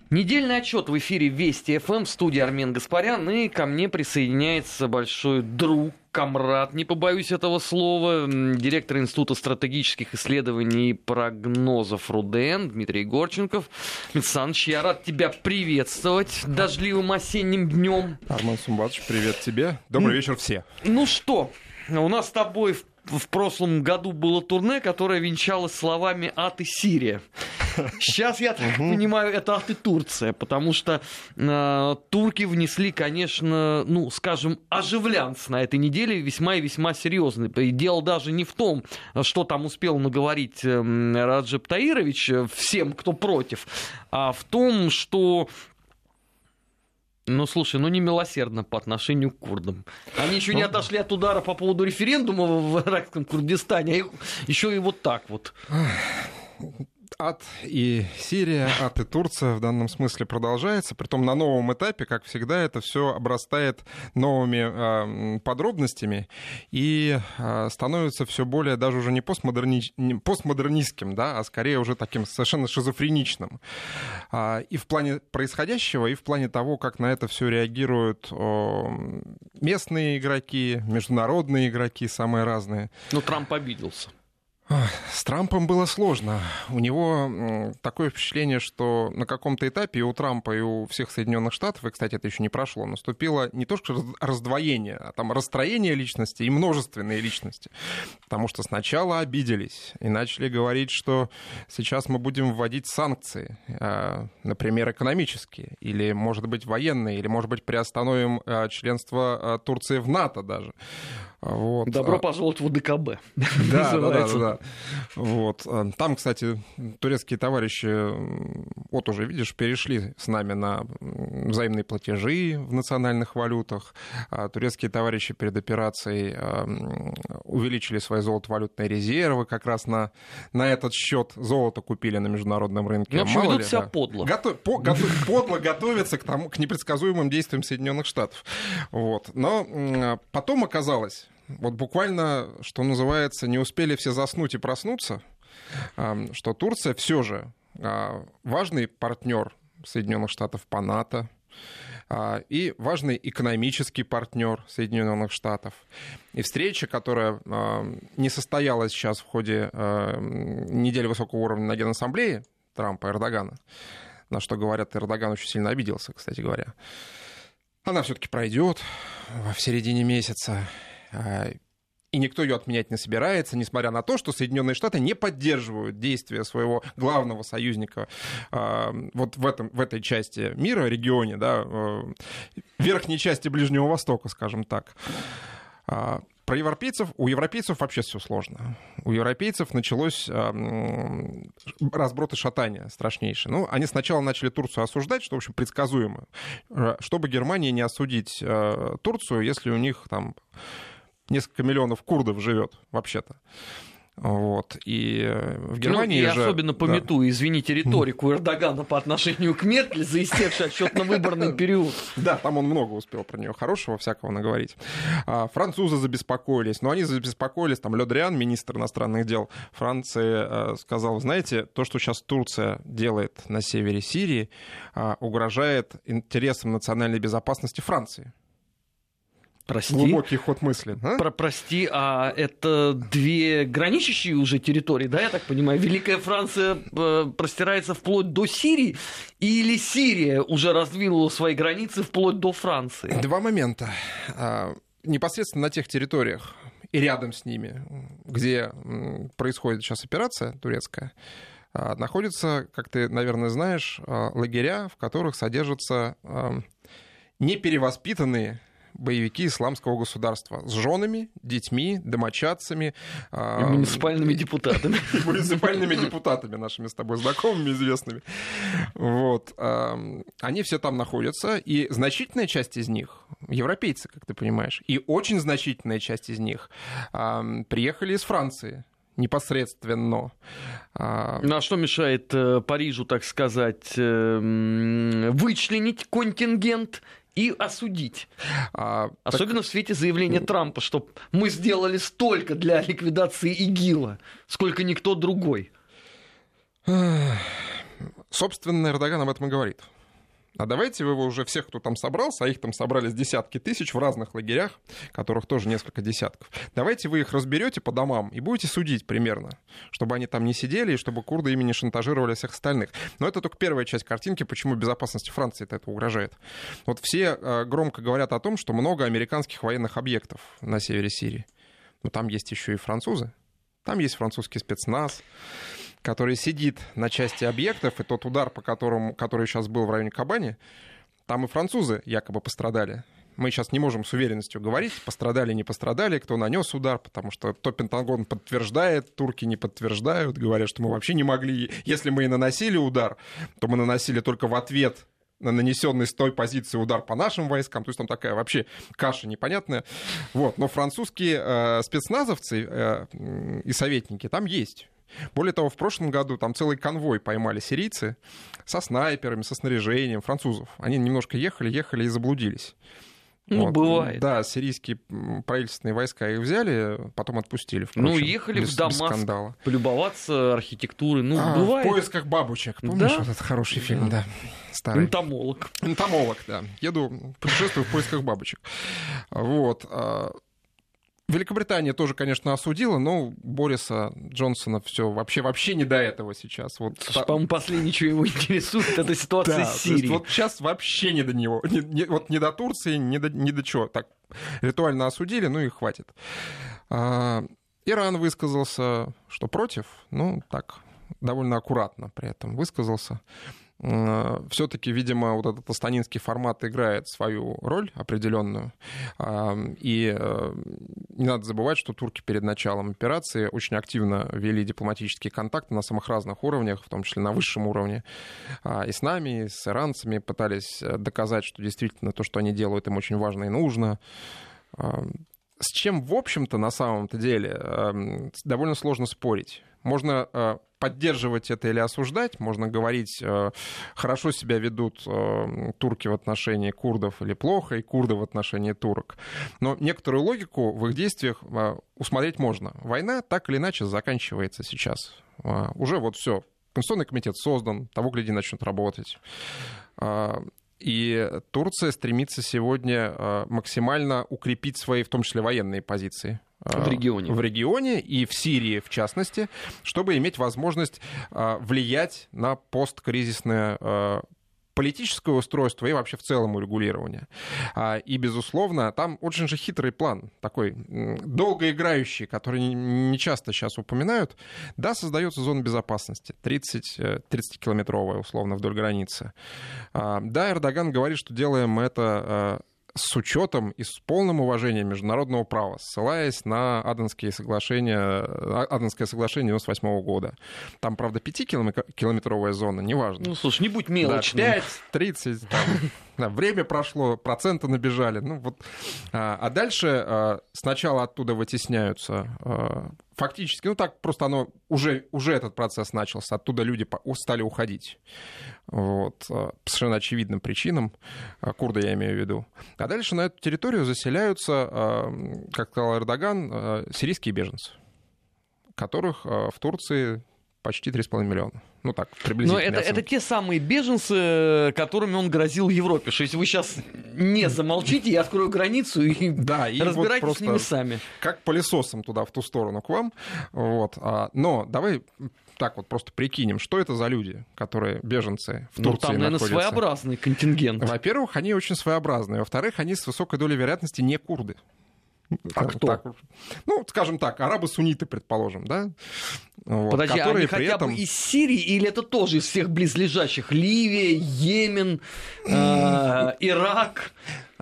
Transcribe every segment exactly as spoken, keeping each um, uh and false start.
Недельный отчет в эфире Вести ФМ, в студии Армен Гаспарян, и ко мне присоединяется большой друг, комрад, не побоюсь этого слова, директор Института стратегических исследований и прогнозов РУДН Дмитрий Горченков. Дмитрий Александрович, я рад тебя приветствовать дождливым осенним днем. Армен Сумбатович, привет тебе. Добрый ну, вечер все. Ну что, у нас с тобой в В прошлом году было турне, которое венчалось словами «Ад и Сирия». Сейчас, я так понимаю, это «Ад и Турция», потому что э, турки внесли, конечно, ну, скажем, оживлянц на этой неделе весьма и весьма серьезный. И дело даже не в том, что там успел наговорить э, Раджеп Таирович всем, кто против, а в том, что... Ну, слушай, ну не милосердно по отношению к курдам. Они еще не отошли от удара по поводу референдума в иракском Курдистане, а их еще и вот так вот. Ад и Сирия, ад и Турция в данном смысле продолжается. Притом на новом этапе, как всегда, это все обрастает новыми э, подробностями и э, становится все более даже уже не, постмодерни... не постмодернистским, да, а скорее уже таким совершенно шизофреничным. А, и в плане происходящего, и в плане того, как на это все реагируют о, местные игроки, международные игроки, самые разные. Ну, Трамп обиделся. С Трампом было сложно. У него такое впечатление, что на каком-то этапе и у Трампа, и у всех Соединенных Штатов, и, кстати, это еще не прошло, наступило не то что раздвоение, а там расстроение личности и множественные личности. Потому что сначала обиделись и начали говорить, что сейчас мы будем вводить санкции, например, экономические, или, может быть, военные, или, может быть, приостановим членство Турции в НАТО даже. Вот. Добро пожаловать в ОДКБ. Да, да, да, да. Вот. Там, кстати, турецкие товарищи, вот уже, видишь, перешли с нами на взаимные платежи в национальных валютах. Турецкие товарищи перед операцией увеличили свои золотовалютные резервы как раз на, на этот счет. Золото купили на международном рынке. В общем, ведут себя да. подло. Готов, по, готов, подло готовятся к, тому, к непредсказуемым действиям Соединенных Штатов. Вот. Но потом оказалось... Вот буквально, что называется, не успели все заснуть и проснуться, что Турция все же важный партнер Соединенных Штатов по НАТО и важный экономический партнер Соединенных Штатов. И встреча, которая не состоялась сейчас в ходе недели высокого уровня на Генассамблее Трампа и Эрдогана, на что, говорят, Эрдоган очень сильно обиделся, кстати говоря, она все-таки пройдет в середине месяца. И никто ее отменять не собирается, несмотря на то, что Соединенные Штаты не поддерживают действия своего главного союзника вот в, этом, в этой части мира, регионе, да, верхней части Ближнего Востока, скажем так. Про европейцев, у европейцев вообще все сложно. У европейцев началось э, разброд и шатание страшнейшее. Ну, они сначала начали Турцию осуждать, что, в общем, предсказуемо. Чтобы Германии не осудить э, Турцию, если у них там несколько миллионов курдов живет вообще-то. Вот. И в Германии ну, я же... особенно пометую, да. извините, риторику Эрдогана по отношению к Меркель за истекший отчетно-выборный период. Да, там он много успел про нее хорошего всякого наговорить. Французы забеспокоились, но они забеспокоились, там Ле Дриан, министр иностранных дел Франции, сказал, знаете, то, что сейчас Турция делает на севере Сирии, угрожает интересам национальной безопасности Франции. Прости. Глубокий ход мысли. А? Про, прости, а это две граничащие уже территории, да, я так понимаю? Великая Франция э, простирается вплоть до Сирии, или Сирия уже раздвинула свои границы вплоть до Франции? Два момента. Непосредственно на тех территориях и рядом с ними, где происходит сейчас операция турецкая, находятся, как ты, наверное, знаешь, лагеря, в которых содержатся неперевоспитанные боевики исламского государства с женами, детьми, домочадцами. И муниципальными депутатами. Муниципальными депутатами, нашими с тобой знакомыми, известными. Вот. Они все там находятся, и значительная часть из них, европейцы, как ты понимаешь, и очень значительная часть из них приехали из Франции. Непосредственно. Ну а что мешает Парижу, так сказать, вычленить контингент и осудить? А, Особенно так... в свете заявления Трампа, что мы сделали столько для ликвидации ИГИЛа, сколько никто другой. Собственно, Эрдоган об этом и говорит. А давайте вы уже всех, кто там собрался, а их там собрались десятки тысяч в разных лагерях, которых тоже несколько десятков, давайте вы их разберете по домам и будете судить примерно, чтобы они там не сидели и чтобы курды ими не шантажировали всех остальных. Но это только первая часть картинки, почему безопасности Франции это угрожает. Вот все громко говорят о том, что много американских военных объектов на севере Сирии. Но там есть еще и французы. Там есть французский спецназ, который сидит на части объектов, и тот удар, по которому, который сейчас был в районе Кобани, там и французы якобы пострадали. Мы сейчас не можем с уверенностью говорить, пострадали, не пострадали, кто нанес удар, потому что то Пентагон подтверждает, турки не подтверждают, говорят, что мы вообще не могли. Если мы и наносили удар, то мы наносили только в ответ на нанесенный с той позиции удар по нашим войскам. То есть там такая вообще каша непонятная. Вот. Но французские э, спецназовцы э, и советники там есть. Более того, в прошлом году там целый конвой поймали сирийцы со снайперами, со снаряжением французов. Они немножко ехали, ехали и заблудились. Ну, вот. Бывает. Да, сирийские правительственные войска их взяли, потом отпустили. Впрочем, ну, ехали без, в Дамаск полюбоваться архитектурой. Ну, а, бывает. В поисках бабочек. Помнишь, да? вот этот хороший фильм, да. Старый. Энтомолог. Энтомолог, да. Еду, путешествую в поисках бабочек. Вот. Великобритания тоже, конечно, осудила, но Бориса Джонсона все вообще, вообще не до этого сейчас. Вот, Слушай, по-моему, последнее, что его интересует, это ситуация да, с Сирией. Вот сейчас вообще не до него. Не, не, вот не до Турции, не до, не до чего. Так, ритуально осудили, ну и хватит. А, Иран высказался, что против, ну так, довольно аккуратно при этом высказался. Все-таки, видимо, вот этот астанинский формат играет свою роль определенную. И не надо забывать, что турки перед началом операции очень активно вели дипломатические контакты на самых разных уровнях, в том числе на высшем уровне. И с нами, и с иранцами пытались доказать, что действительно то, что они делают, им очень важно и нужно. С чем, в общем-то, на самом-то деле довольно сложно спорить. Можно поддерживать это или осуждать, можно говорить, хорошо себя ведут турки в отношении курдов или плохо, и курды в отношении турок. Но некоторую логику в их действиях усмотреть можно. Война так или иначе заканчивается сейчас. Уже вот все. Конституционный комитет создан, того, гляди, начнет работать. И Турция стремится сегодня максимально укрепить свои, в том числе, военные позиции. В регионе. В регионе и в Сирии, в частности, чтобы иметь возможность влиять на посткризисное политическое устройство и вообще в целом урегулирование. И, безусловно, там очень же хитрый план, такой долгоиграющий, который не часто сейчас упоминают. Да, создается зона безопасности, тридцатикилометровая, условно, вдоль границы. Да, Эрдоган говорит, что делаем мы это с учетом и с полным уважением международного права, ссылаясь на Аденские соглашения, Аденское соглашение девяносто восьмого года. Там, правда, пятикилометровая зона, неважно. Ну, слушай, не будь мелочным. Да, пять, тридцать, там, да, время прошло, проценты набежали. Ну, вот. а, а дальше а, сначала оттуда вытесняются а, фактически, ну так просто оно, уже, уже этот процесс начался, оттуда люди стали уходить. Вот, по совершенно очевидным причинам, курды я имею в виду. А дальше на эту территорию заселяются, как сказал Эрдоган, сирийские беженцы, которых в Турции почти три с половиной миллиона. Ну так, приблизительно. Но это, это те самые беженцы, которыми он грозил Европе. Что если вы сейчас не замолчите, я открою границу и, да, и разбирайтесь вот с ними сами. Как пылесосом туда, в ту сторону к вам. Вот. Но давай так вот просто прикинем, что это за люди, которые беженцы в Турции находятся. Ну, там, наверное, находятся. Своеобразный контингент. Во-первых, они очень своеобразные. Во-вторых, они с высокой долей вероятности не курды. А так, кто? Так, ну, скажем так, арабы-сунниты, предположим, да? Вот, Подожди, они хотя этом... бы из Сирии или это тоже из всех близлежащих? Ливия, Йемен, Ирак?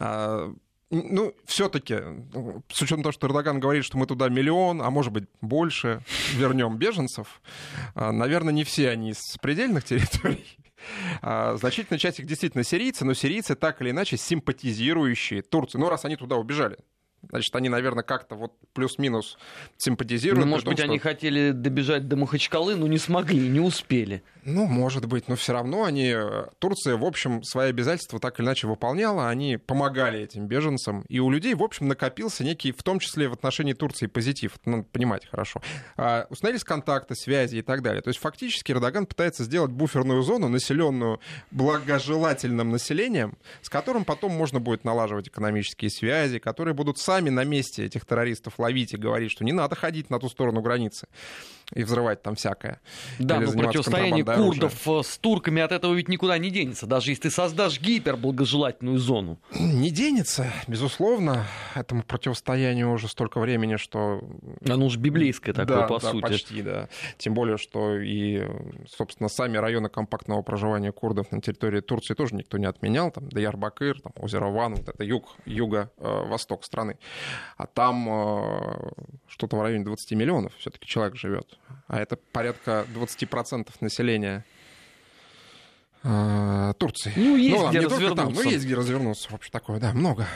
Ну, все-таки, с учетом того, что Эрдоган говорит, что мы туда миллион, а может быть больше, вернем беженцев, наверное, не все они из предельных территорий. Значительная часть их действительно сирийцы, но сирийцы так или иначе симпатизирующие Турции. Ну, раз они туда убежали. Значит, они, наверное, как-то вот плюс-минус симпатизируют. Ну, может том, быть, что... они хотели добежать до Махачкалы, но не смогли, не успели. Ну, может быть, но все равно они... Турция, в общем, свои обязательства так или иначе выполняла, они помогали этим беженцам, и у людей, в общем, накопился некий, в том числе в отношении Турции, позитив. Это надо понимать хорошо. А, установились контакты, связи и так далее. То есть фактически Эрдоган пытается сделать буферную зону, населенную благожелательным населением, с которым потом можно будет налаживать экономические связи, которые будут сами на месте этих террористов ловить и говорить, что не надо ходить на ту сторону границы и взрывать там всякое. Да, но противостояние курдов оружия. С турками от этого ведь никуда не денется, даже если ты создашь гиперблагожелательную зону. Не денется, безусловно. Этому противостоянию уже столько времени, что... Оно уж библейское такое, да, по да, сути. Почти, да. Тем более, что и, собственно, сами районы компактного проживания курдов на территории Турции тоже никто не отменял. Там Диярбакыр, там, озеро Ван, вот это юг, юго-восток страны. А там э, что-то в районе двадцать миллионов все-таки человек живет. А это порядка двадцать процентов населения э, Турции. Ну, есть ну, где не развернуться. Там, ну, есть где развернуться, в общем, такое, да, много.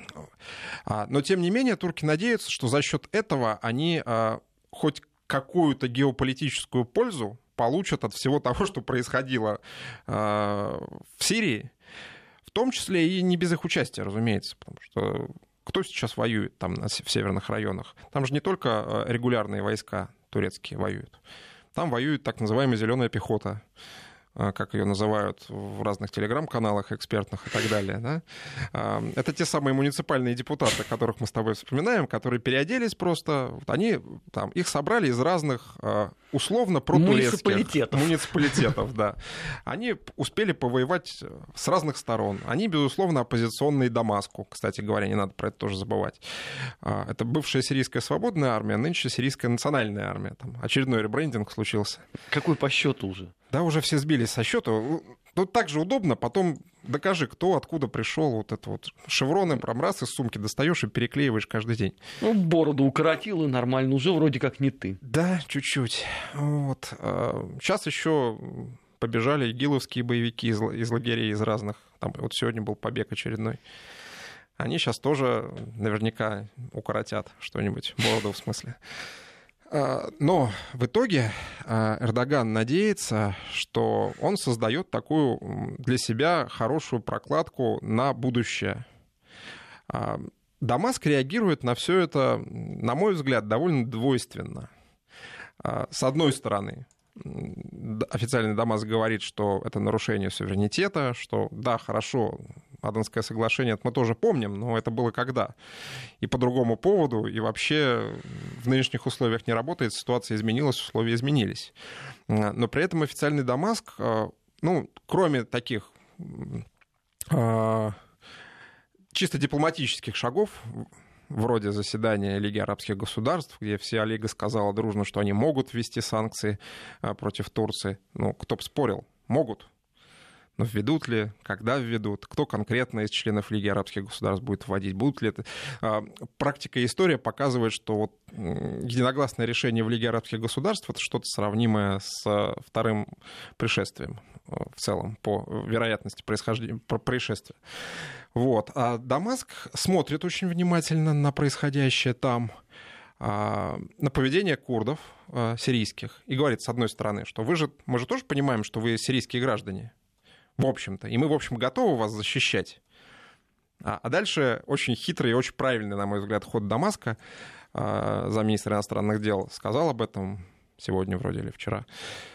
А, но, тем не менее, турки надеются, что за счет этого они а, хоть какую-то геополитическую пользу получат от всего того, что происходило а, в Сирии, в том числе и не без их участия, разумеется, потому что кто сейчас воюет там в северных районах? Там же не только регулярные войска турецкие воюют. Там воюет так называемая зеленая пехота, как ее называют в разных телеграм-каналах экспертных и так далее. Да? Это те самые муниципальные депутаты, которых мы с тобой вспоминаем, которые переоделись просто. Они, там, их собрали из разных условно протурецких муниципалитетов. муниципалитетов да. Они успели повоевать с разных сторон. Они, безусловно, оппозиционные Дамаску. Кстати говоря, не надо про это тоже забывать. Это бывшая сирийская свободная армия, нынче сирийская национальная армия. Там очередной ребрендинг случился. Какой по счету уже? Да, уже все сбились со счета. Тут так же удобно, потом докажи, кто, откуда пришел. Вот это вот шевроны, прям раз из сумки достаешь и переклеиваешь каждый день. Ну, бороду укоротил, и нормально, уже вроде как не ты. Да, чуть-чуть. Вот. Сейчас еще побежали игиловские боевики из, из лагерей, из разных. Там вот сегодня был побег очередной. Они сейчас тоже наверняка укоротят что-нибудь, бороду в смысле. Но в итоге Эрдоган надеется, что он создает такую для себя хорошую прокладку на будущее. Дамаск реагирует на все это, на мой взгляд, довольно двойственно. С одной стороны, официальный Дамаск говорит, что это нарушение суверенитета, что да, хорошо, Аденское соглашение, это мы тоже помним, но это было когда? И по другому поводу, и вообще в нынешних условиях не работает, ситуация изменилась, условия изменились. Но при этом официальный Дамаск, ну, кроме таких чисто дипломатических шагов, вроде заседания Лиги арабских государств, где вся Лига сказала дружно, что они могут ввести санкции против Турции. Ну, кто бы спорил, могут. Но введут ли, когда введут, кто конкретно из членов Лиги арабских государств будет вводить, будут ли это... Практика и история показывает, что вот единогласное решение в Лиге арабских государств — это что-то сравнимое с вторым пришествием в целом, по вероятности происхождения, происшествия. Вот. А Дамаск смотрит очень внимательно на происходящее там, на поведение курдов сирийских, и говорит, с одной стороны, что вы же, мы же тоже понимаем, что вы сирийские граждане, в общем-то, и мы, в общем, готовы вас защищать. А дальше очень хитрый и очень правильный, на мой взгляд, ход Дамаска, замминистра иностранных дел сказал об этом сегодня вроде или вчера.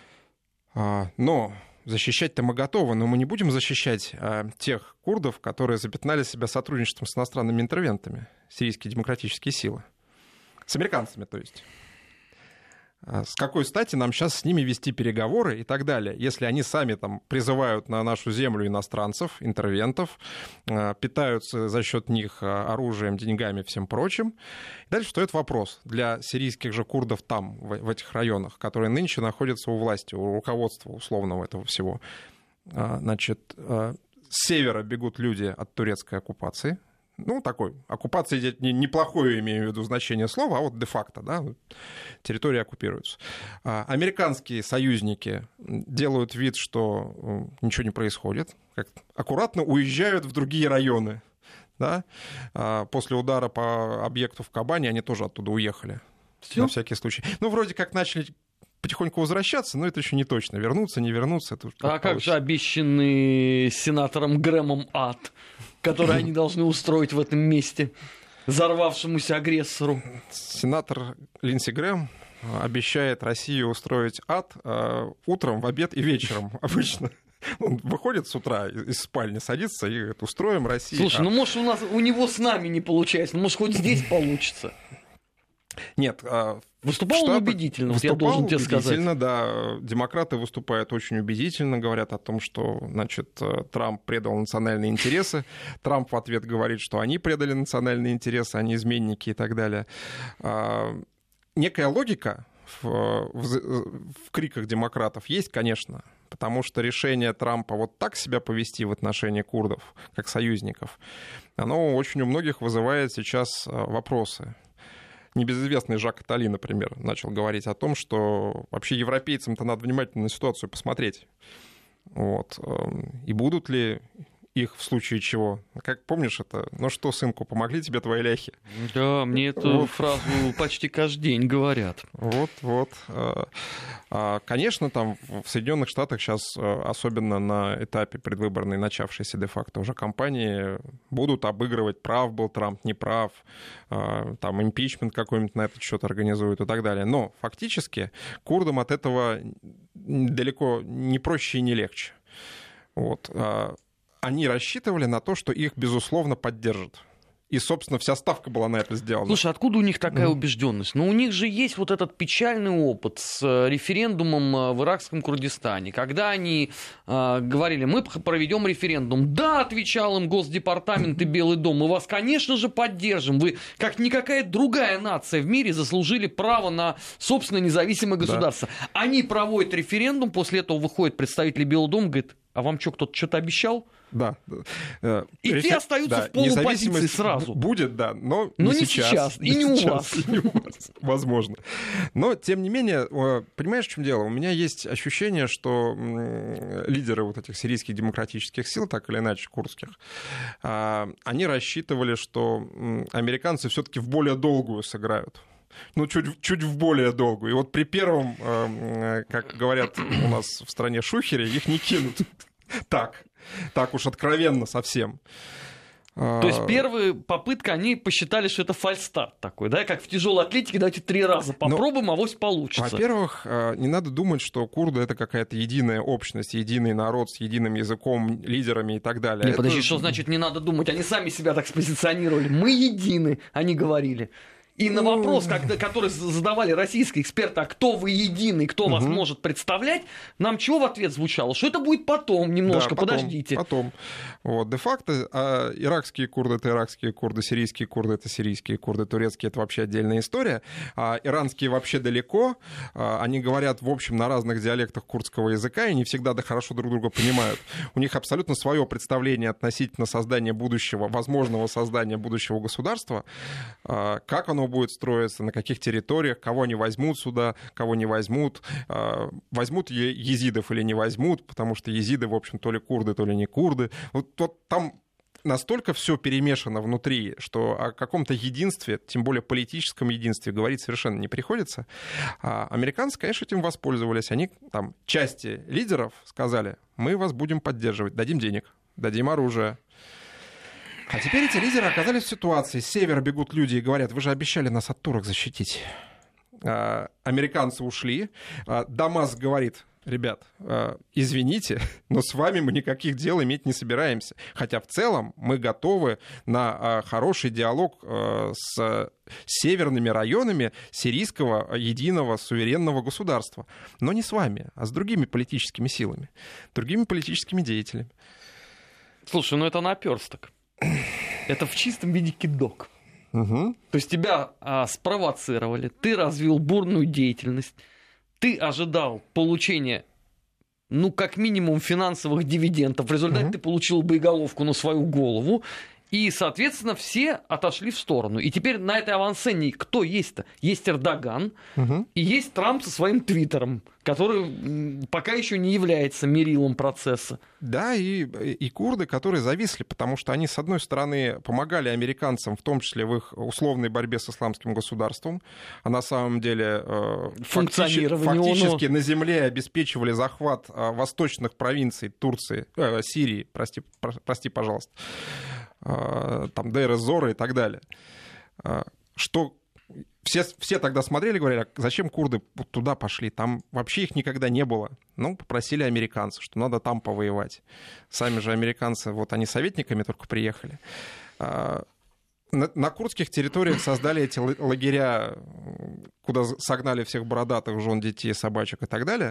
Но защищать-то мы готовы, но мы не будем защищать тех курдов, которые запятнали себя сотрудничеством с иностранными интервентами, сирийские демократические силы. С американцами, то есть. С какой стати нам сейчас с ними вести переговоры и так далее, если они сами там призывают на нашу землю иностранцев, интервентов, питаются за счет них оружием, деньгами, всем прочим. Дальше встает вопрос для сирийских же курдов там, в, в этих районах, которые нынче находятся у власти, у руководства условного этого всего. Значит, с севера бегут люди от турецкой оккупации. Ну, такой, оккупация неплохое, имею в виду значение слова, а вот де-факто, да, территории оккупируются. Американские союзники делают вид, что ничего не происходит, как аккуратно уезжают в другие районы. да, после удара по объекту в Кобани они тоже оттуда уехали. Всё? На всякий случай. Ну, вроде как начали потихоньку возвращаться, но это еще не точно. Вернуться, не вернуться. Это как а как же обещанный сенатором Грэмом ад, который они должны устроить в этом месте взорвавшемуся агрессору? Сенатор Линдси Грэм обещает России устроить ад э, утром, в обед и вечером обычно. Он выходит с утра из спальни, садится и говорит, устроим Россию. Слушай, а... ну может у нас у него с нами не получается, ну может хоть здесь получится. Нет, выступал он убедительно, вот я должен тебе сказать. Убедительно, да. Демократы выступают очень убедительно, говорят о том, что, значит, Трамп предал национальные интересы. Трамп в ответ говорит, что они предали национальные интересы, они изменники и так далее. Некая логика в, в, в криках демократов есть, конечно, потому что решение Трампа вот так себя повести в отношении курдов, как союзников, оно очень у многих вызывает сейчас вопросы. Небезызвестный Жак Аттали, например, начал говорить о том, что вообще европейцам-то надо внимательно на ситуацию посмотреть. Вот. И будут ли их в случае чего? Как помнишь это? Ну что, сынку, помогли тебе твои ляхи? Да, мне эту вот. фразу почти каждый день говорят. Вот, вот. Конечно, там в Соединенных Штатах сейчас, особенно на этапе предвыборной, начавшейся де-факто уже кампании, будут обыгрывать, прав был Трамп, не прав, там импичмент какой-нибудь на этот счет организуют и так далее. Но фактически курдам от этого далеко не проще и не легче. Вот. Они рассчитывали на то, что их, безусловно, поддержат. И, собственно, вся ставка была на это сделана. Слушай, откуда у них такая mm. убежденность? Ну, у них же есть вот этот печальный опыт с референдумом в иракском Курдистане, когда они э, говорили, мы проведем референдум. Да, отвечал им Госдепартамент и Белый дом, мы вас, конечно же, поддержим. Вы, как никакая другая нация в мире, заслужили право на собственное независимое государство. Да. Они проводят референдум, после этого выходят представители Белого дома, говорят, а вам что, кто-то что-то обещал? Да. И Рефер... те остаются да, в полупозиции сразу. Будет, да, но, но не, не сейчас. сейчас. И не, не у вас. И не у вас. Возможно. Но, тем не менее, понимаешь, в чем дело? У меня есть ощущение, что лидеры вот этих сирийских демократических сил, так или иначе, курдских, они рассчитывали, что американцы все-таки в более долгую сыграют. Ну, чуть, чуть в более долгую. И вот при первом, как говорят у нас в стране, шухере, их не кинут. Так. Так уж откровенно совсем. То есть первая попытка, они посчитали, что это фальстарт такой, да, как в тяжелой атлетике, давайте три раза попробуем, но, авось получится. Во-первых, не надо думать, что курды — это какая-то единая общность, единый народ с единым языком, лидерами и так далее. Не, это... подожди, что значит не надо думать? Они сами себя так спозиционировали. Мы едины, они говорили. И на вопрос, когда, который задавали российские эксперты, а кто вы единый, кто угу. вас может представлять, нам чего в ответ звучало? Что это будет потом немножко, да, потом, подождите. Потом. Вот, де-факто а, иракские курды — это иракские курды, сирийские курды — это сирийские курды, турецкие — это вообще отдельная история. А иранские вообще далеко. А, они говорят, в общем, на разных диалектах курдского языка и не всегда да хорошо друг друга понимают. У них абсолютно свое представление относительно создания будущего, возможного создания будущего государства. А, как оно будет строиться, на каких территориях, кого они возьмут сюда, кого не возьмут, возьмут езидов или не возьмут, потому что езиды, в общем, то ли курды, то ли не курды. Вот, вот там настолько все перемешано внутри, что о каком-то единстве, тем более политическом единстве, говорить совершенно не приходится. А американцы, конечно, этим воспользовались. Они там части лидеров сказали, мы вас будем поддерживать, дадим денег, дадим оружие. А теперь эти лидеры оказались в ситуации. С севера бегут люди и говорят, вы же обещали нас от турок защитить. А, американцы ушли. А, Дамаск говорит, ребят, а, извините, но с вами мы никаких дел иметь не собираемся. Хотя в целом мы готовы на а, хороший диалог а, с северными районами сирийского единого суверенного государства. Но не с вами, а с другими политическими силами, другими политическими деятелями. Слушай, ну это наперсток. Это в чистом виде кидок. Угу. То есть тебя а, спровоцировали, ты развил бурную деятельность, ты ожидал получения, ну, как минимум, финансовых дивидендов. В результате угу. ты получил боеголовку на свою голову, И, соответственно, все отошли в сторону. И теперь на этой авансцене кто есть-то? Есть Эрдоган угу. и есть Трамп со своим твиттером, который пока еще не является мерилом процесса. Да, и, и курды, которые зависли, потому что они, с одной стороны, помогали американцам, в том числе в их условной борьбе с исламским государством, а на самом деле фактически, фактически на земле обеспечивали захват восточных провинций Турции, э, Сирии, прости, прости, пожалуйста, там Дейр-эз-Зора и так далее. Что все, все тогда смотрели и говорили, зачем курды туда пошли? Там вообще их никогда не было. Ну, попросили американцев, что надо там повоевать. Сами же американцы, вот они советниками только приехали. На, на курдских территориях создали эти лагеря, куда согнали всех бородатых, жен, детей, собачек и так далее,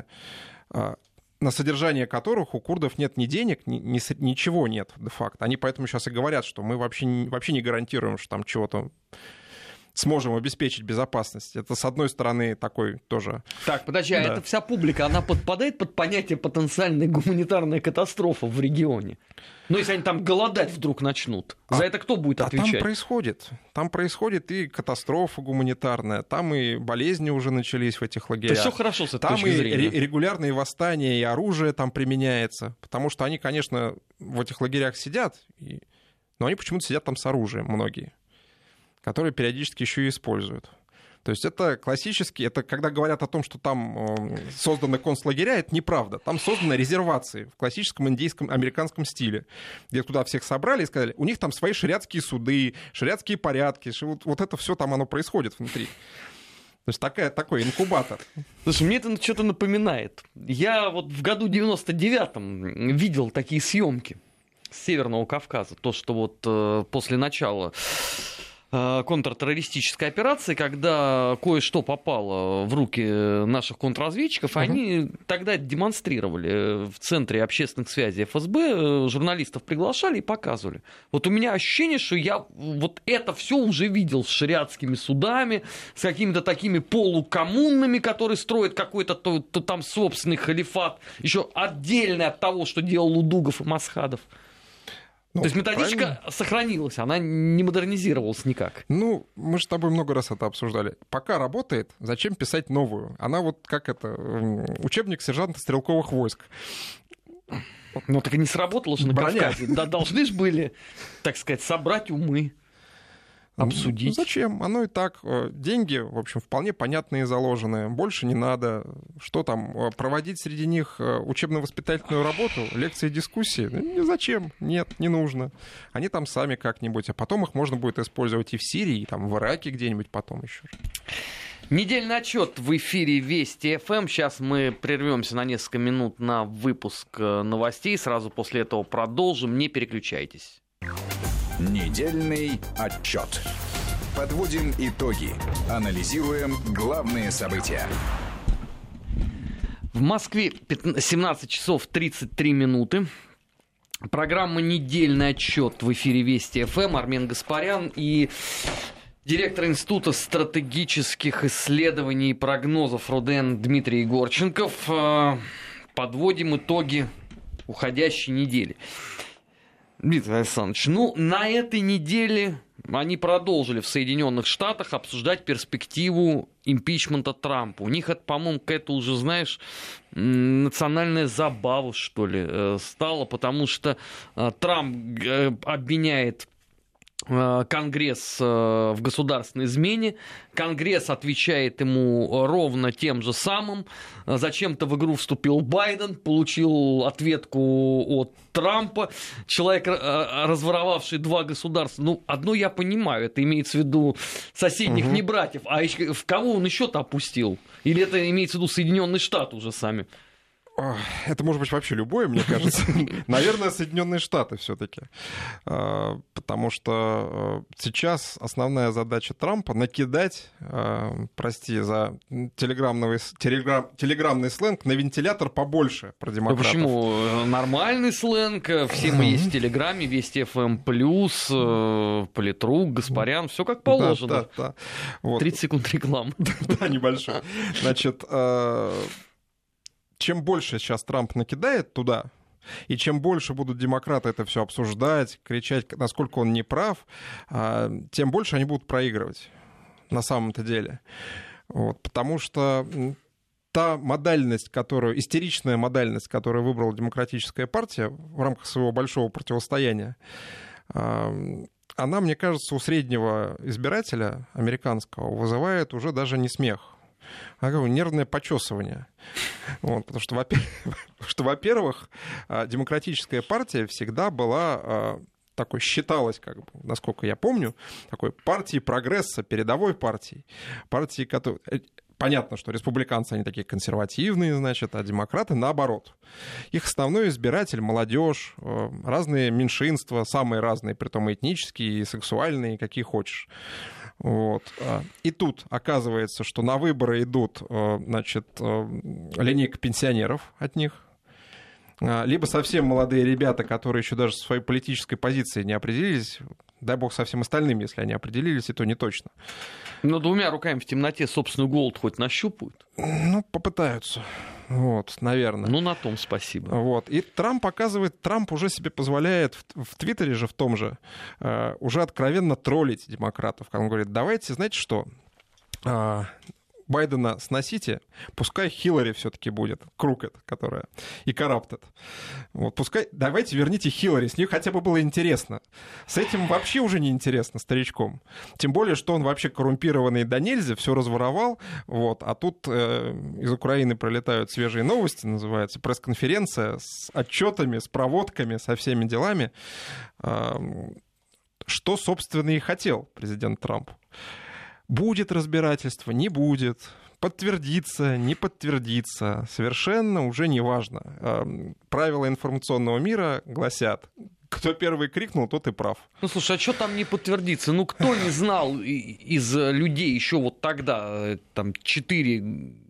на содержание которых у курдов нет ни денег, ни, ни, ничего нет де-факто. Они поэтому сейчас и говорят, что мы вообще, вообще не гарантируем, что там чего-то сможем обеспечить безопасность. Это, с одной стороны, такой тоже... Так, подожди, да. А эта вся публика, она подпадает под понятие потенциальной гуманитарной катастрофы в регионе? Ну, если они там голодать вдруг начнут, а, за это кто будет отвечать? А там происходит. Там происходит и катастрофа гуманитарная, там и болезни уже начались в этих лагерях. То есть все хорошо с этой там точки зрения. Там и регулярные восстания, и оружие там применяется. Потому что они, конечно, в этих лагерях сидят, и... но они почему-то сидят там с оружием, многие, которые периодически еще и используют. То есть это классический, это когда говорят о том, что там созданы концлагеря, это неправда. Там созданы резервации в классическом индейском, американском стиле, где туда всех собрали и сказали, у них там свои шариатские суды, шариатские порядки, вот, вот это все там оно происходит внутри. То есть такая, такой инкубатор. Слушай, мне это что-то напоминает. Я вот в году девяносто девятом видел такие съемки с Северного Кавказа. То, что вот э, после начала контртеррористической операции, когда кое-что попало в руки наших контрразведчиков, uh-huh. они тогда это демонстрировали в Центре общественных связей эф эс бэ, журналистов приглашали и показывали. Вот у меня ощущение, что я вот это все уже видел с шариатскими судами, с какими-то такими полукоммунными, которые строят какой-то то, то там собственный халифат, еще отдельный от того, что делал Удугов и Масхадов. Ну, то есть методичка правильно? Сохранилась, она не модернизировалась никак. Ну, мы же с тобой много раз это обсуждали. Пока работает, зачем писать новую? Она вот как это, учебник сержанта стрелковых войск. Ну, так и не сработало же на Броня. Кавказе. Да, должны же были, так сказать, собрать умы, обсудить. Ну, зачем? Оно и так. Деньги, в общем, вполне понятные заложенные. Больше не надо. Что там, проводить среди них учебно-воспитательную работу, лекции, дискуссии? Зачем? Нет, не нужно. Они там сами как-нибудь. А потом их можно будет использовать и в Сирии, и там в Ираке где-нибудь потом еще. Недельный отчет в эфире Вести эф эм. Сейчас мы прервемся на несколько минут на выпуск новостей. Сразу после этого продолжим. Не переключайтесь. Недельный отчет. Подводим итоги. Анализируем главные события. В Москве семнадцать часов тридцать три минуты. Программа «Недельный отчет» в эфире Вести эф эм. Армен Гаспарян и директор Института стратегических исследований и прогнозов РУДН Дмитрий Егорченков. Подводим итоги уходящей недели. Дмитрий Александрович, ну, на этой неделе они продолжили в Соединенных Штатах обсуждать перспективу импичмента Трампа. У них это, по-моему, какая-то уже, знаешь, национальная забава, что ли, стала, потому что Трамп обвиняет Конгресс в государственной измене. Конгресс отвечает ему ровно тем же самым. Зачем-то в игру вступил Байден, получил ответку от Трампа. Человек, разворовавший два государства. Ну, одно я понимаю, это имеется в виду соседних угу. не братьев. А в кого он еще-то опустил? Или это имеется в виду Соединенные Штаты уже сами? Это может быть вообще любое, мне кажется. Наверное, Соединенные Штаты все-таки. Потому что сейчас основная задача Трампа — накидать, прости за телеграммный, телеграм, телеграммный сленг, на вентилятор побольше про демократов. Да почему? Нормальный сленг. Все мы есть в Телеграме, Вести эф эм плюс, Политрук, Гаспарян. Все как положено. Да, да, да. Вот. тридцать секунд рекламы. Да, небольшой. Значит, чем больше сейчас Трамп накидает туда, И чем больше будут демократы это все обсуждать, кричать, насколько он не прав, тем больше они будут проигрывать на самом-то деле. Вот, потому что та модальность, которую, истеричная модальность, которую выбрала Демократическая партия в рамках своего большого противостояния, она, мне кажется, у среднего избирателя американского вызывает уже даже не смех, а нервное почесывание. Вот, потому что, во-первых, что, во-первых, Демократическая партия всегда была такой, считалась, как бы, насколько я помню, такой партией прогресса, передовой партией. Партией, которая... Понятно, что республиканцы, они такие консервативные, значит, а демократы наоборот. Их основной избиратель — молодежь, разные меньшинства, самые разные, притом и этнические, и сексуальные, какие хочешь. Вот. И тут оказывается, что на выборы идут, значит, линейка пенсионеров от них, либо совсем молодые ребята, которые еще даже со своей политической позицией не определились, дай бог со всем остальным, если они определились, и то не точно. Но двумя руками в темноте собственную голод хоть нащупают? Ну, попытаются. Вот, наверное. Ну, на том спасибо. Вот. И Трамп показывает, Трамп уже себе позволяет в, в Твиттере же в том же э, уже откровенно троллить демократов. Он говорит, давайте, знаете что, э, Байдена сносите, пускай Хиллари все-таки будет, крукет, которая, и корруптэд. Вот, пускай, давайте верните Хиллари, с ней хотя бы было интересно. С этим вообще уже не интересно, старичком. Тем более, что он вообще коррумпированный до нельзя, все разворовал, вот, а тут э, из Украины пролетают свежие новости, называется, пресс-конференция с отчетами, с проводками, со всеми делами, э, что, собственно, и хотел президент Трамп. Будет разбирательство, не будет, подтвердится, не подтвердится, совершенно уже не важно. Правила информационного мира гласят, кто первый крикнул, тот и прав. Ну, слушай, а что там не подтвердится? Ну, кто не знал из людей еще вот тогда, там, четыре...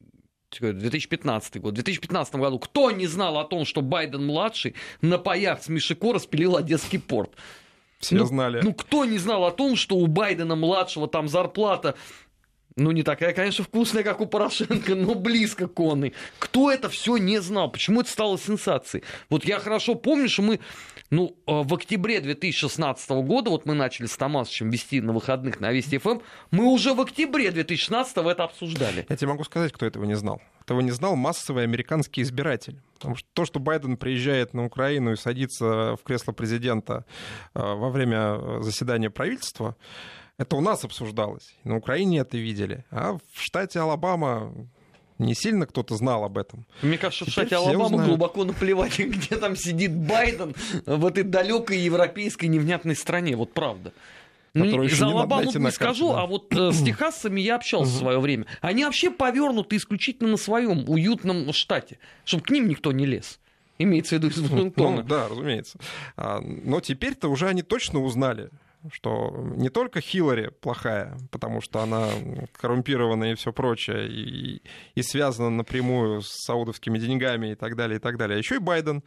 две тысячи пятнадцатый год. В две тысячи пятнадцатом году кто не знал о том, что Байден-младший на паях с Мишико распилил Одесский порт? Все ну, знали. Ну, кто не знал о том, что у Байдена-младшего там зарплата, ну, не такая, конечно, вкусная, как у Порошенко, но близко к онной. Кто это все не знал? Почему это стало сенсацией? Вот я хорошо помню, что мы, ну, в октябре две тысячи шестнадцатого года, вот мы начали с Томасовичем вести на выходных на Вести ФМ, мы уже в октябре две тысячи шестнадцатого это обсуждали. Я тебе могу сказать, кто этого не знал. Этого не знал массовый американский избиратель. Потому что то, что Байден приезжает на Украину и садится в кресло президента во время заседания правительства, это у нас обсуждалось. На Украине это видели. А в штате Алабама не сильно кто-то знал об этом. Мне кажется, в Теперь штате все Алабама узнают. глубоко наплевать, где там сидит Байден в этой далекой европейской невнятной стране. Вот правда. Ну, за Алабаму не скажу, да. А вот э, с техасцами я общался в свое время. Они вообще повернуты исключительно на своем уютном штате, чтобы к ним никто не лез. Имеется в виду из Вашингтона. Ну, да, разумеется. А, но теперь-то уже они точно узнали, что не только Хиллари плохая, потому что она коррумпированная и все прочее, и, и связана напрямую с саудовскими деньгами и так далее, и так далее. А еще и Байден,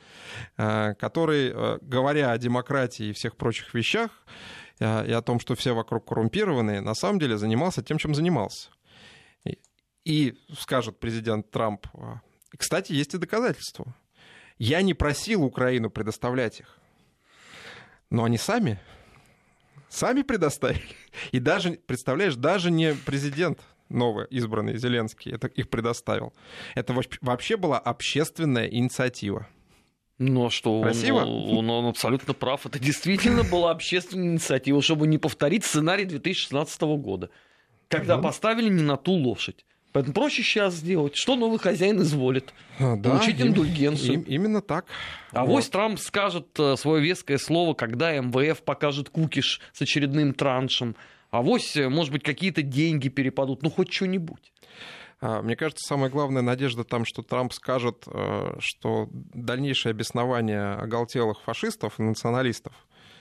который, говоря о демократии и всех прочих вещах, и о том, что все вокруг коррумпированные, на самом деле занимался тем, чем занимался. И, и скажет президент Трамп, кстати, есть и доказательства. Я не просил Украину предоставлять их, но они сами... Сами предоставили. И даже, представляешь, даже не президент новый, избранный Зеленский, это их предоставил. Это вообще была общественная инициатива. Ну а что, Красиво? Он, он, он абсолютно прав. Это действительно была общественная инициатива, чтобы не повторить сценарий две тысячи шестнадцатого года, когда угу. поставили не на ту лошадь. Поэтому проще сейчас сделать. Что новый хозяин изволит? А, да, получить им, индульгенцию. Им, именно так. А вот. Вось Трамп скажет свое веское слово, когда эм вэ эф покажет кукиш с очередным траншем. А вось, может быть, какие-то деньги перепадут. Ну, хоть что-нибудь. Мне кажется, самая главная надежда там, что Трамп скажет, что дальнейшее обоснование оголтелых фашистов и националистов,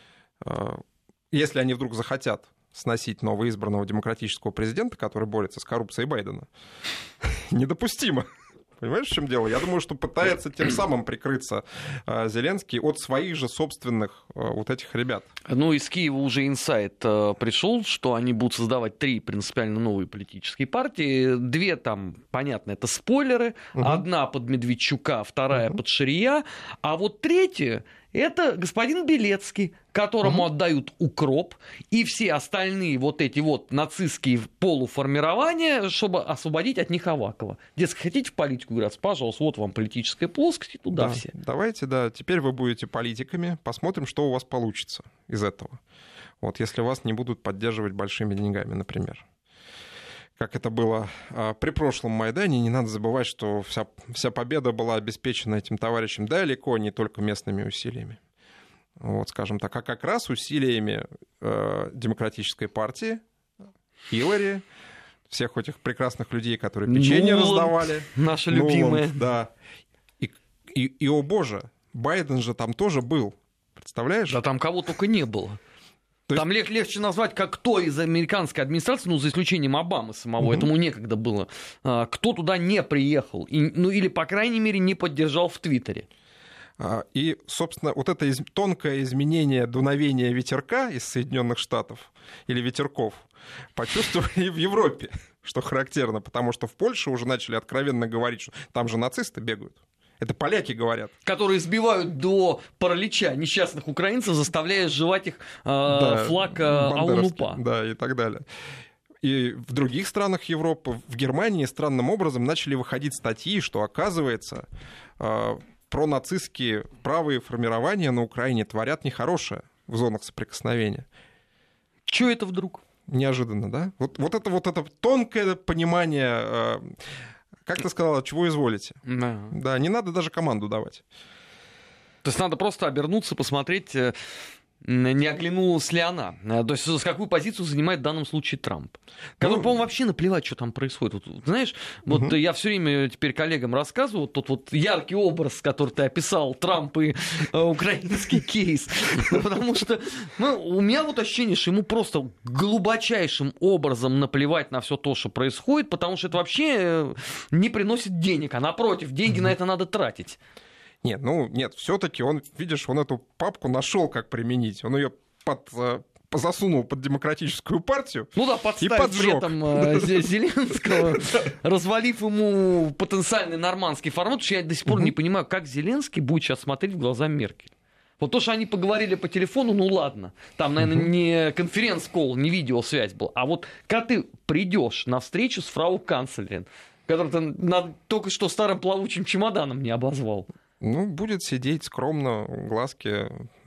если они вдруг захотят сносить новоизбранного демократического президента, который борется с коррупцией Байдена, недопустимо. Понимаешь, в чем дело? Я думаю, что пытается тем самым прикрыться э, Зеленский от своих же собственных э, вот этих ребят. Ну, из Киева уже инсайт э, пришел, что они будут создавать три принципиально новые политические партии. Две там, понятно, это спойлеры. Угу. Одна под Медведчука, вторая угу. под Шария. А вот третья... это господин Белецкий, которому угу. отдают укроп, и все остальные вот эти вот нацистские полуформирования, чтобы освободить от них Авакова. Дескать, хотите в политику играться? Пожалуйста, вот вам политическая плоскость, и туда да, все. Давайте, да, теперь вы будете политиками, посмотрим, что у вас получится из этого. Вот, если вас не будут поддерживать большими деньгами, например. Как это было а, при прошлом Майдане, не надо забывать, что вся, вся победа была обеспечена этим товарищем далеко не только местными усилиями. Вот, скажем так, а как раз усилиями э, Демократической партии, Хиллари, всех этих прекрасных людей, которые печенье Нуланд, раздавали. Наши любимые. Да. И, и, и, о боже, Байден же там тоже был. Представляешь? Да там кого только не было. То Там есть... легче назвать, как кто из американской администрации, ну, за исключением Обамы самого, угу. этому некогда было, кто туда не приехал, и, ну, или, по крайней мере, не поддержал в Твиттере. И, собственно, вот это из... тонкое изменение дуновения ветерка из Соединенных Штатов или ветерков почувствовали в Европе, что характерно, потому что в Польше уже начали откровенно говорить, что там же нацисты бегают. Это поляки говорят. Которые избивают до паралича несчастных украинцев, заставляя сживать их э, да, флаг э, АУН-УПА. Да, и так далее. И в других странах Европы, в Германии странным образом начали выходить статьи, что, оказывается, э, пронацистские правые формирования на Украине творят нехорошее в зонах соприкосновения. Чё это вдруг? Неожиданно, да? Вот, вот, это, вот это тонкое понимание... Э, Как ты сказала, чего изволите? Да. Да, не надо даже команду давать. То есть надо просто обернуться, посмотреть, не оглянулась ли она. То есть с какую позицию занимает в данном случае Трамп. Который, ну, по-моему, вообще наплевать, что там происходит. Вот, знаешь, вот угу. я все время теперь коллегам рассказываю, тот вот яркий образ, который ты описал, Трамп и э, украинский кейс. Потому что ну, у меня вот ощущение, что ему просто глубочайшим образом наплевать на все то, что происходит, потому что это вообще не приносит денег, а напротив, деньги на это надо тратить. Нет, ну нет, все-таки он, видишь, он эту папку нашел, как применить. Он ее под, засунул под Демократическую партию. Ну да, подставив при этом Зеленского, развалив ему потенциальный нормандский формат, потому что я до сих пор не понимаю, как Зеленский будет сейчас смотреть в глаза Меркель. Вот то, что они поговорили по телефону, ну ладно. Там, наверное, не конференц-колл, не видеосвязь была. А вот когда ты придешь на встречу с фрау-канцлером, который ты только что старым плавучим чемоданом не обозвал. Ну, будет сидеть скромно, глазки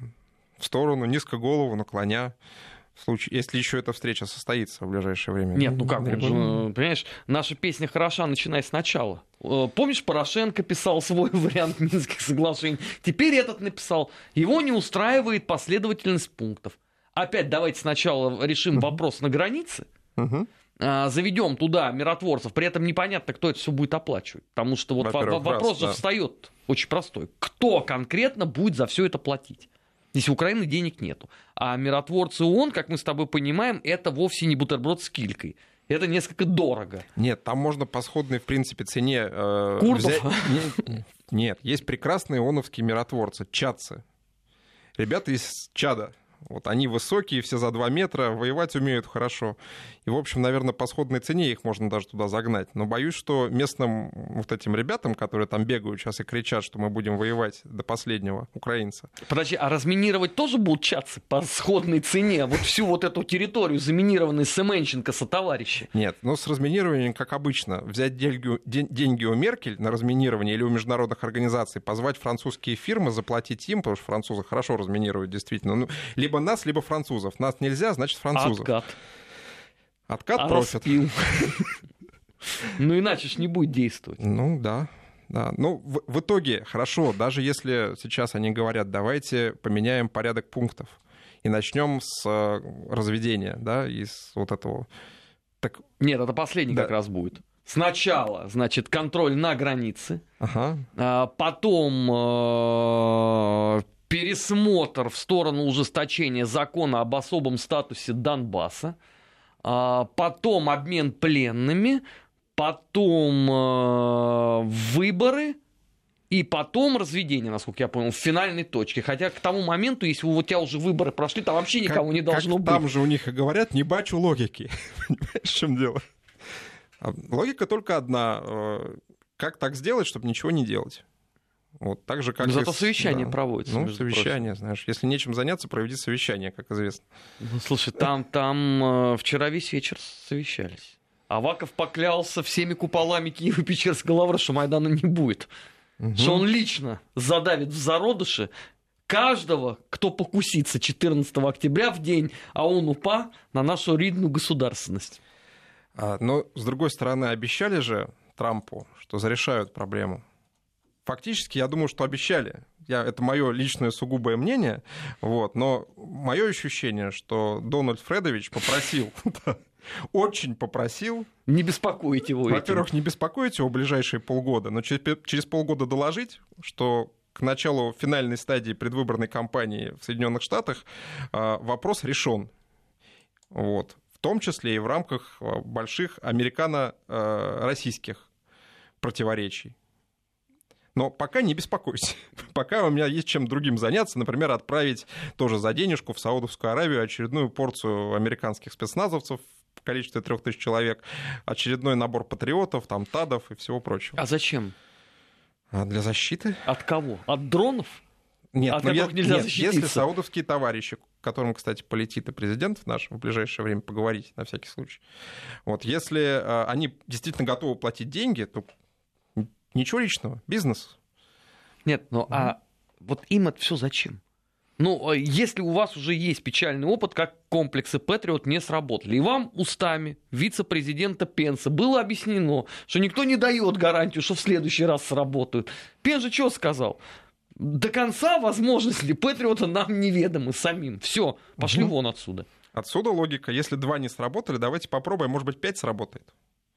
в сторону, низко голову наклоня, в случае, если еще эта встреча состоится в ближайшее время. Нет, ну как, он же, понимаешь, наша песня хороша, начиная сначала. Помнишь, Порошенко писал свой вариант Минских соглашений? Теперь этот написал. Его не устраивает последовательность пунктов. Опять давайте сначала решим вопрос на границе. Uh-huh. Заведем туда миротворцев, при этом непонятно, кто это все будет оплачивать. Потому что вот вопрос раз, же да. встает очень простой. Кто конкретно будет за все это платить? Если у Украины денег нету. А миротворцы ООН, как мы с тобой понимаем, это вовсе не бутерброд с килькой. Это несколько дорого. Нет, там можно по сходной, в принципе, цене... Э, Курдов? Взять... Нет, нет, есть прекрасные ООНовские миротворцы, чадцы. Ребята из Чада. Вот они высокие, все за два метра, воевать умеют хорошо. И, в общем, наверное, по сходной цене их можно даже туда загнать. Но боюсь, что местным вот этим ребятам, которые там бегают сейчас и кричат, что мы будем воевать до последнего, украинца. Подожди, а разминировать тоже будут чатцы по сходной цене? Вот всю вот эту территорию, заминированную Семенченко сотоварищи? Нет, ну с разминированием, как обычно, взять деньги, деньги у Меркель на разминирование или у международных организаций, позвать французские фирмы, заплатить им, потому что французы хорошо разминируют, действительно. Ну, либо нас, либо французов. Нас нельзя, значит, французов. Откат. Откат а профит. Ну, иначе ж не будет действовать. Ну, да. да. Ну, в, в итоге, хорошо, даже если сейчас они говорят, давайте поменяем порядок пунктов и начнем с э, разведения, да, и с вот этого. Так... Нет, это последний да. как раз будет. Сначала, значит, контроль на границе, ага. а потом... Э- пересмотр в сторону ужесточения закона об особом статусе Донбасса, потом обмен пленными, потом э, выборы, и потом разведение, насколько я понял, в финальной точке. Хотя к тому моменту, если у тебя уже выборы прошли, там вообще никого как, не должно как быть. Там же у них и говорят, не бачу логики. Понимаешь, в чем дело? Логика только одна. Как так сделать, чтобы ничего не делать? Вот так же, как Зато и... совещание да. проводится. Ну, совещание, прочим. Знаешь. Если нечем заняться, проведи совещание, как известно. Ну, слушай, там, там э, вчера весь вечер совещались. Аваков поклялся всеми куполами Киево-Печерской лавры, что Майдана не будет. Угу. Что он лично задавит в зародыше каждого, кто покусится четырнадцатого октября в день АОН-УПА на нашу рідную государственность. А, но, с другой стороны, обещали же Трампу, что зарешают проблему. Фактически, я думаю, что обещали. Я, это мое личное сугубое мнение. Вот, но мое ощущение, что Дональд Фредович попросил... Очень попросил. Не беспокоить его. Во-первых, этим. не беспокоить его в ближайшие полгода, но через, через полгода доложить, что к началу финальной стадии предвыборной кампании в Соединенных Штатах э, вопрос решен. Вот. В том числе и в рамках больших американо-российских противоречий. Но пока не беспокойся. Пока у меня есть чем другим заняться. Например, отправить тоже за денежку в Саудовскую Аравию очередную порцию американских спецназовцев в количестве трех тысяч человек, очередной набор патриотов, там, ТАДов и всего прочего. А зачем? А для защиты. От кого? От дронов? Нет, от но я, нельзя нет, защититься. Если саудовские товарищи, к которым, кстати, полетит и президент наш в ближайшее время поговорить, на всякий случай, вот, если а, они действительно готовы платить деньги, то ничего личного, бизнес. Нет, ну mm-hmm. а вот им это все зачем? Ну, если у вас уже есть печальный опыт, как комплексы Патриот не сработали, и вам устами вице-президента Пенса было объяснено, что никто не дает гарантию, что в следующий раз сработают. Пенс же что сказал? До конца возможности Патриота нам неведомы самим. Все, пошли mm-hmm. вон отсюда. Отсюда логика. Если два не сработали, давайте попробуем, может быть, пять сработает.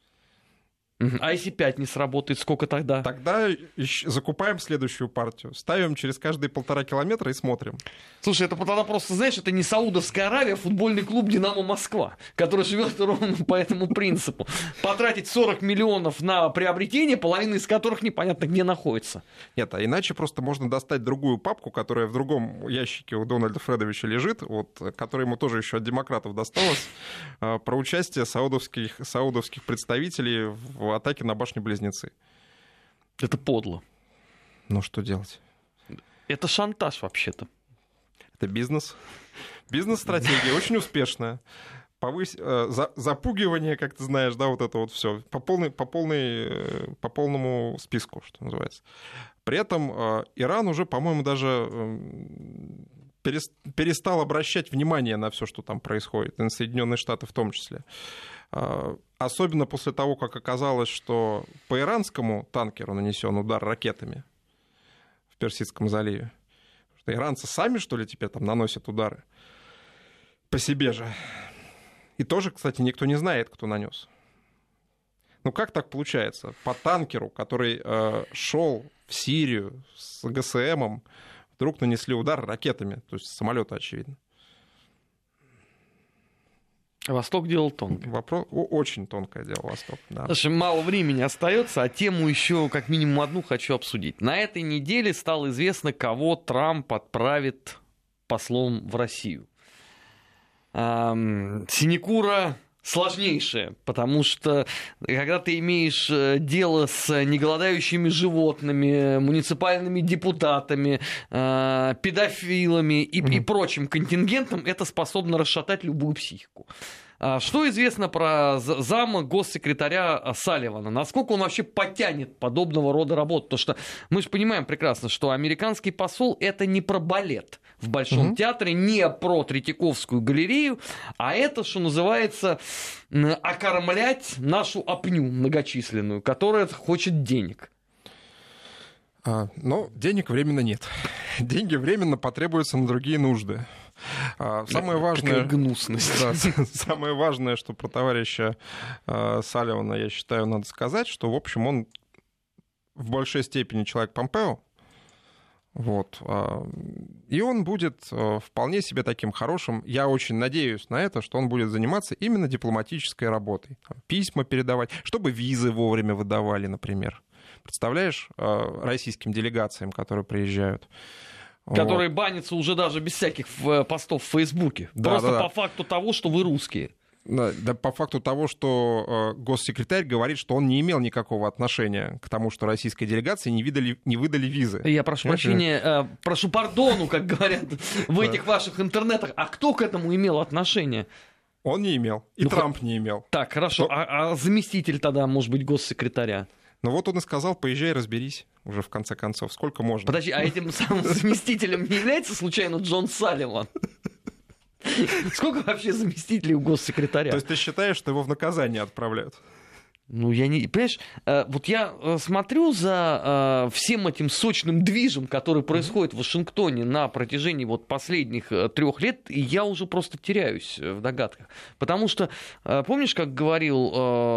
А если пять не сработает, сколько тогда? Тогда закупаем следующую партию, ставим через каждые полтора километра и смотрим. Слушай, это тогда просто, знаешь, это не Саудовская Аравия, а футбольный клуб «Динамо Москва», который живет ровно по этому принципу. Потратить сорок миллионов на приобретение, половина из которых непонятно где находится. Нет, а иначе просто можно достать другую папку, которая в другом ящике у Дональда Фредовича лежит, вот, которая ему тоже еще от демократов досталась, про участие саудовских, саудовских представителей в в атаке на башни-близнецы. Это подло. Ну, что делать? Это шантаж, вообще-то. Это бизнес. Бизнес-стратегия очень успешная. Повысь... За... Запугивание, как ты знаешь, да, вот это вот все по, полной... по, полной... по полному списку, что называется. При этом Иран уже, по-моему, даже перестал обращать внимание на все, что там происходит, и на Соединенные Штаты в том числе. Особенно после того, как оказалось, что по иранскому танкеру нанесен удар ракетами в Персидском заливе. Что иранцы сами, что ли, теперь там наносят удары по себе же. И тоже, кстати, никто не знает, кто нанес. Ну как так получается? По танкеру, который э, шел в Сирию с ГСМом, вдруг нанесли удар ракетами, то есть с самолета, очевидно. Восток дело тонкое. Вопрос очень тонкое дело Восток. Да. Слушай, мало времени остается, а тему еще как минимум одну хочу обсудить. На этой неделе стало известно, кого Трамп отправит послом в Россию. Эм, синекура сложнейшая, потому что когда ты имеешь дело с неголодающими животными, муниципальными депутатами, э, педофилами и, mm-hmm. и прочим контингентом, это способно расшатать любую психику. Что известно про зама госсекретаря Салливана? Насколько он вообще потянет подобного рода работу? Потому что мы же понимаем прекрасно, что американский посол — это не про балет в Большом угу. театре, не про Третьяковскую галерею, а это, что называется, окормлять нашу опню многочисленную, которая хочет денег. А, но денег временно нет. Деньги временно потребуются на другие нужды. А, самое важное, какая гнусность. Да, самое важное, что про товарища а, Салливана, я считаю, надо сказать, что, в общем, он в большей степени человек Помпео. Вот. И он будет вполне себе таким хорошим, я очень надеюсь на это, что он будет заниматься именно дипломатической работой. Письма передавать, чтобы визы вовремя выдавали, например. Представляешь, российским делегациям, которые приезжают. Которые вот. банятся уже даже без всяких постов в Фейсбуке. Да, Просто да, по да. факту того, что вы русские. Да, по факту того, что э, госсекретарь говорит, что он не имел никакого отношения к тому, что российской делегации не, видали, не выдали визы. Я прошу Понимаете? прощения, э, прошу пардону, как говорят в этих ваших интернетах. А кто к этому имел отношение? Он не имел, и ну, Трамп не имел. Так, хорошо. Но... А, а заместитель тогда, может быть, госсекретаря? Ну вот он и сказал, поезжай, разберись уже в конце концов. Сколько можно? Подожди, а этим самым заместителем не является случайно Джон Салливан? Сколько вообще заместителей у госсекретаря? То есть ты считаешь, что его в наказание отправляют? Ну, я не... Понимаешь, вот я смотрю за всем этим сочным движем, который происходит в Вашингтоне на протяжении вот последних трех лет, и я уже просто теряюсь в догадках. Потому что, помнишь, как говорил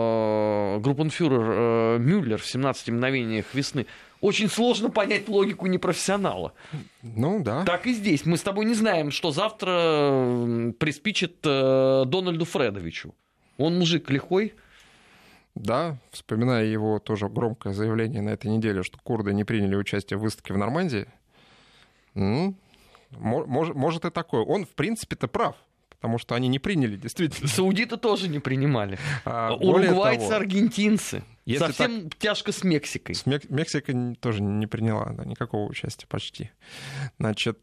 группенфюрер Мюллер в «семнадцати мгновениях весны», очень сложно понять логику непрофессионала. Ну, да. Так и здесь. Мы с тобой не знаем, что завтра приспичит э, Дональду Фредовичу. Он мужик лихой. Да, вспоминая его тоже громкое заявление на этой неделе, что курды не приняли участие в выставке в Нормандии. Ну, может, может и такое. Он, в принципе-то, прав. Потому что они не приняли, действительно. Саудиты тоже не принимали. А, Уругвайцы, того, аргентинцы. Совсем так, тяжко с Мексикой. С Мек- Мексика тоже не приняла, да, никакого участия почти. Значит,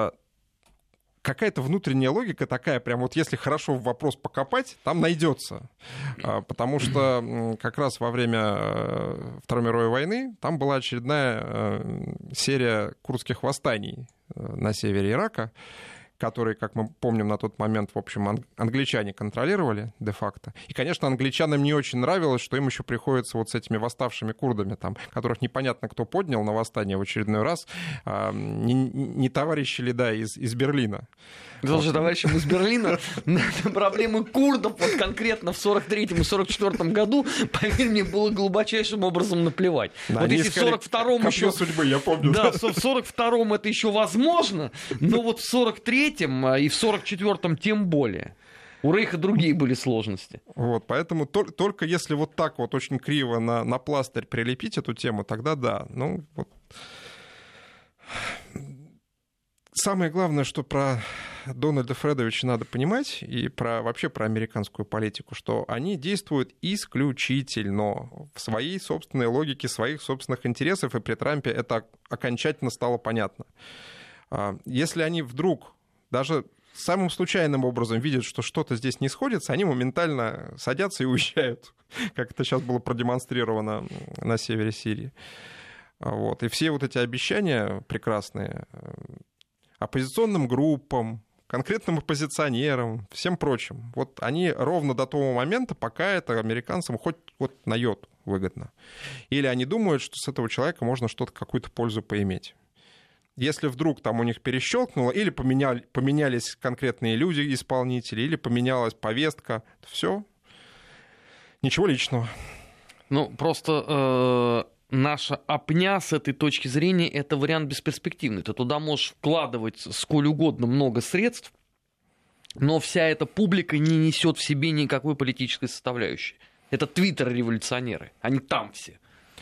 какая-то внутренняя логика такая, прям вот если хорошо в вопрос покопать, там найдется. Потому что как раз во время Второй мировой войны там была очередная серия курдских восстаний на севере Ирака, которые, как мы помним, на тот момент, в общем, англичане контролировали де-факто. И, конечно, англичанам не очень нравилось, что им еще приходится вот с этими восставшими курдами, там, которых непонятно кто поднял на восстание в очередной раз, а, не, не товарищи ли, да, из, из Берлина. Слушай, товарищам из Берлина проблемы курдов вот конкретно в сорок третьем и сорок четвёртом году, поверь мне, было глубочайшим образом наплевать. Да, вот если в сорок втором еще... судьбы, я помню. Да, да, в сорок втором это еще возможно, но вот в сорок третьем и в сорок четвёртом тем более. У Рейха другие были сложности. Вот, поэтому то, только если вот так вот очень криво на, на пластырь прилепить эту тему, тогда да. Ну, вот. Самое главное, что про Дональда Фредовича надо понимать, и про, вообще про американскую политику, что они действуют исключительно в своей собственной логике, своих собственных интересов, и при Трампе это окончательно стало понятно. Если они вдруг даже самым случайным образом видят, что что-то здесь не сходится, они моментально садятся и уезжают, как это сейчас было продемонстрировано на севере Сирии. Вот. И все вот эти обещания прекрасные оппозиционным группам, конкретным оппозиционерам, всем прочим, вот они ровно до того момента, пока это американцам хоть вот на йоту выгодно. Или они думают, что с этого человека можно что-то, какую-то пользу поиметь. Если вдруг там у них перещелкнуло, или поменяли, поменялись конкретные люди, исполнители, или поменялась повестка, то все, ничего личного. Ну, просто э, наша опня с этой точки зрения — это вариант бесперспективный. Ты туда можешь вкладывать сколь угодно много средств, но вся эта публика не несет в себе никакой политической составляющей. Это твиттер-революционеры, они там все.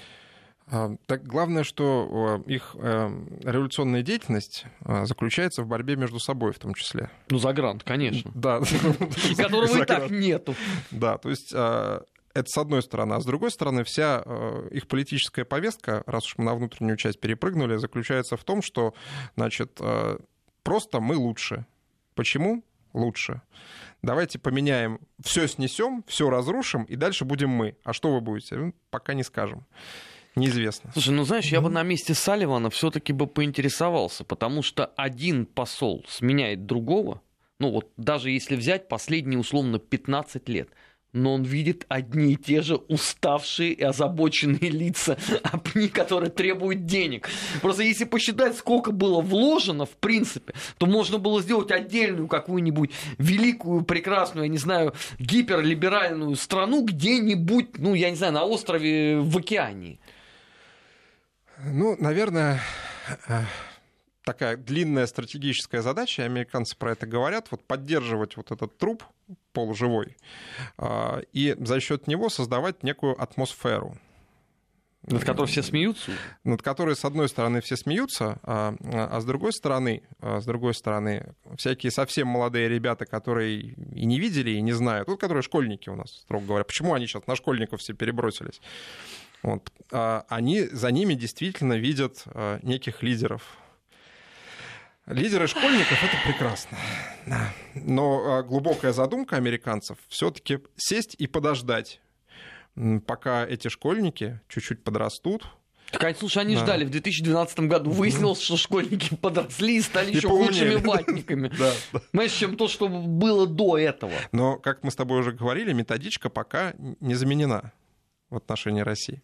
Так главное, что их революционная деятельность заключается в борьбе между собой в том числе. Ну, за грант, конечно. Да. Которого и так нету. Да, то есть это с одной стороны. А с другой стороны, вся их политическая повестка, раз уж мы на внутреннюю часть перепрыгнули, заключается в том, что, значит, просто мы лучше. Почему лучше? Давайте поменяем, все снесем, все разрушим, и дальше будем мы. А что вы будете? Пока не скажем. Неизвестно. Слушай, ну знаешь, я бы на месте Салливана все-таки бы поинтересовался, потому что один посол сменяет другого, ну вот даже если взять последние условно пятнадцать лет, но он видит одни и те же уставшие и озабоченные лица опни, которые требуют денег. Просто если посчитать, сколько было вложено, в принципе, то можно было сделать отдельную какую-нибудь великую, прекрасную, я не знаю, гиперлиберальную страну где-нибудь, ну, я не знаю, на острове в Океании. Ну, наверное, такая длинная стратегическая задача, и американцы про это говорят, вот поддерживать вот этот труп полуживой и за счет него создавать некую атмосферу. Над которой все смеются? Над которой, с одной стороны, все смеются, а, а с другой стороны, а с другой стороны, всякие совсем молодые ребята, которые и не видели, и не знают, вот которые школьники у нас, строго говоря, почему они сейчас на школьников все перебросились, вот, а, они за ними действительно видят а, неких лидеров. Лидеры школьников — это прекрасно. Да. Но а, глубокая задумка американцев все-таки сесть и подождать, пока эти школьники чуть-чуть подрастут. Так, слушай, они да. ждали в две тысячи двенадцатом году. Выяснилось, что школьники подросли и стали и еще худшими ватниками. Знаешь, чем то, что было до этого. Но, как мы с тобой уже говорили, методичка пока не заменена в отношении России.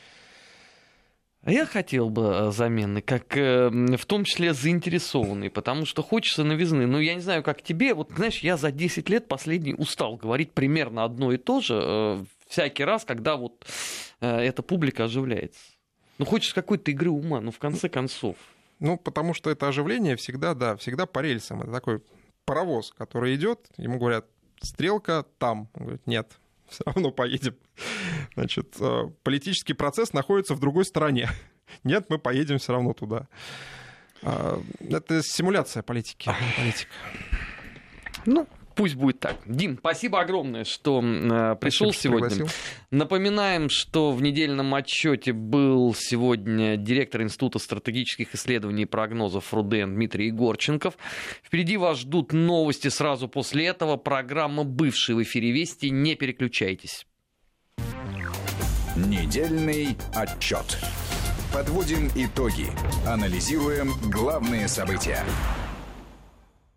Я хотел бы замены, как в том числе заинтересованный, потому что хочется новизны. Ну, я не знаю, как тебе. Вот, знаешь, я за десять лет последний устал говорить примерно одно и то же всякий раз, когда вот эта публика оживляется. Ну, хочется какой-то игры ума, ну, в конце концов. Ну, потому что это оживление всегда, да, всегда по рельсам. Это такой паровоз, который идет, ему говорят, стрелка там. Он говорит, нет, все равно поедем. Значит, политический процесс находится в другой стороне. Нет, мы поедем все равно туда. Это симуляция политики. Политика. Ну, пусть будет так. Дим, спасибо огромное, что э, пришел сегодня. Пригласил. Напоминаем, что в недельном отчете был сегодня директор Института стратегических исследований и прогнозов РУДН Дмитрий Егорченков. Впереди вас ждут новости сразу после этого. Программа «Бывший» в эфире Вести. Не переключайтесь. Недельный отчет. Подводим итоги. Анализируем главные события.